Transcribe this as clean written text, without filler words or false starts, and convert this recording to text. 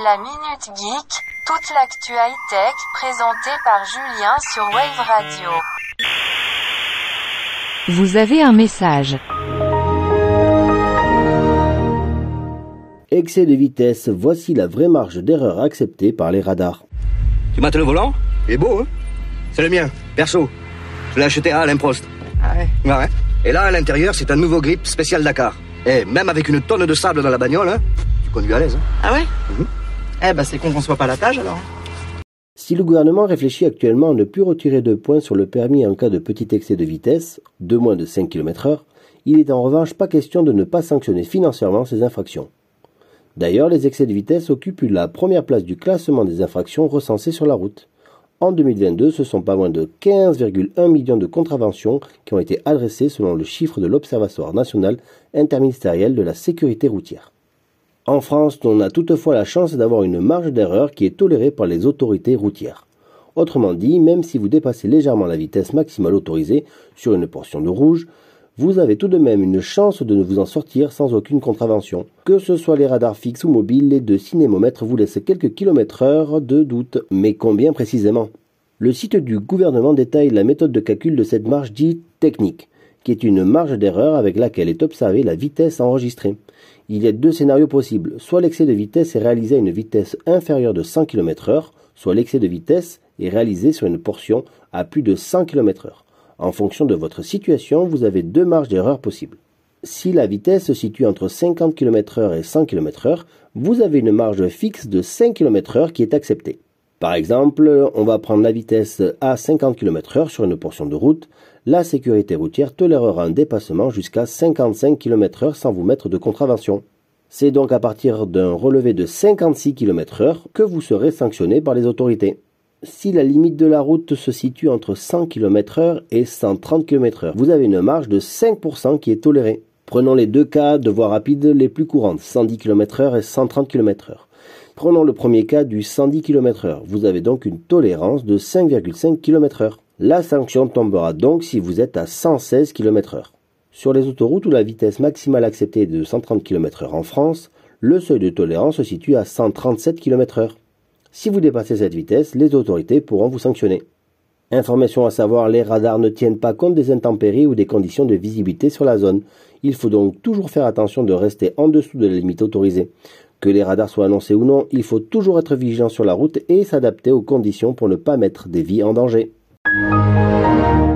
La Minute Geek, toute l'actu high-tech présentée par Julien sur Wave Radio. Vous avez un message. Excès de vitesse, voici la vraie marge d'erreur acceptée par les radars. Tu mates le volant? Il est beau, hein? C'est le mien, perso. Je l'ai acheté à Alain Prost. Ah ouais? Ouais. Et là, à l'intérieur, c'est un nouveau grip spécial Dakar. Et même avec une tonne de sable dans la bagnole, hein, tu conduis à l'aise. Hein. Ah ouais? Eh ben c'est con qu'on soit pas à la tâche alors. Si le gouvernement réfléchit actuellement à ne plus retirer de points sur le permis en cas de petit excès de vitesse, de moins de 5 km/h, il est en revanche pas question de ne pas sanctionner financièrement ces infractions. D'ailleurs, les excès de vitesse occupent la première place du classement des infractions recensées sur la route. En 2022, ce sont pas moins de 15,1 millions de contraventions qui ont été adressées selon le chiffre de l'Observatoire national interministériel de la sécurité routière. En France, on a toutefois la chance d'avoir une marge d'erreur qui est tolérée par les autorités routières. Autrement dit, même si vous dépassez légèrement la vitesse maximale autorisée sur une portion de rouge, vous avez tout de même une chance de ne vous en sortir sans aucune contravention. Que ce soit les radars fixes ou mobiles, les deux cinémomètres vous laissent quelques kilomètres-heure de doute. Mais combien précisément? Le site du gouvernement détaille la méthode de calcul de cette marge dite technique, qui est une marge d'erreur avec laquelle est observée la vitesse enregistrée. Il y a deux scénarios possibles. Soit l'excès de vitesse est réalisé à une vitesse inférieure de 100 km/h, soit l'excès de vitesse est réalisé sur une portion à plus de 100 km/h. En fonction de votre situation, vous avez deux marges d'erreur possibles. Si la vitesse se situe entre 50 km/h et 100 km/h, vous avez une marge fixe de 5 km/h qui est acceptée. Par exemple, on va prendre la vitesse à 50 km/h sur une portion de route. La sécurité routière tolérera un dépassement jusqu'à 55 km/h sans vous mettre de contravention. C'est donc à partir d'un relevé de 56 km/h que vous serez sanctionné par les autorités. Si la limite de la route se situe entre 100 km/h et 130 km/h, vous avez une marge de 5% qui est tolérée. Prenons les deux cas de voies rapides les plus courantes, 110 km/h et 130 km/h. Prenons le premier cas du 110 km/h. Vous avez donc une tolérance de 5,5 km/h. La sanction tombera donc si vous êtes à 116 km/h. Sur les autoroutes où la vitesse maximale acceptée est de 130 km/h en France, le seuil de tolérance se situe à 137 km/h. Si vous dépassez cette vitesse, les autorités pourront vous sanctionner. Information à savoir, les radars ne tiennent pas compte des intempéries ou des conditions de visibilité sur la zone. Il faut donc toujours faire attention de rester en dessous de la limite autorisée. Que les radars soient annoncés ou non, il faut toujours être vigilant sur la route et s'adapter aux conditions pour ne pas mettre des vies en danger.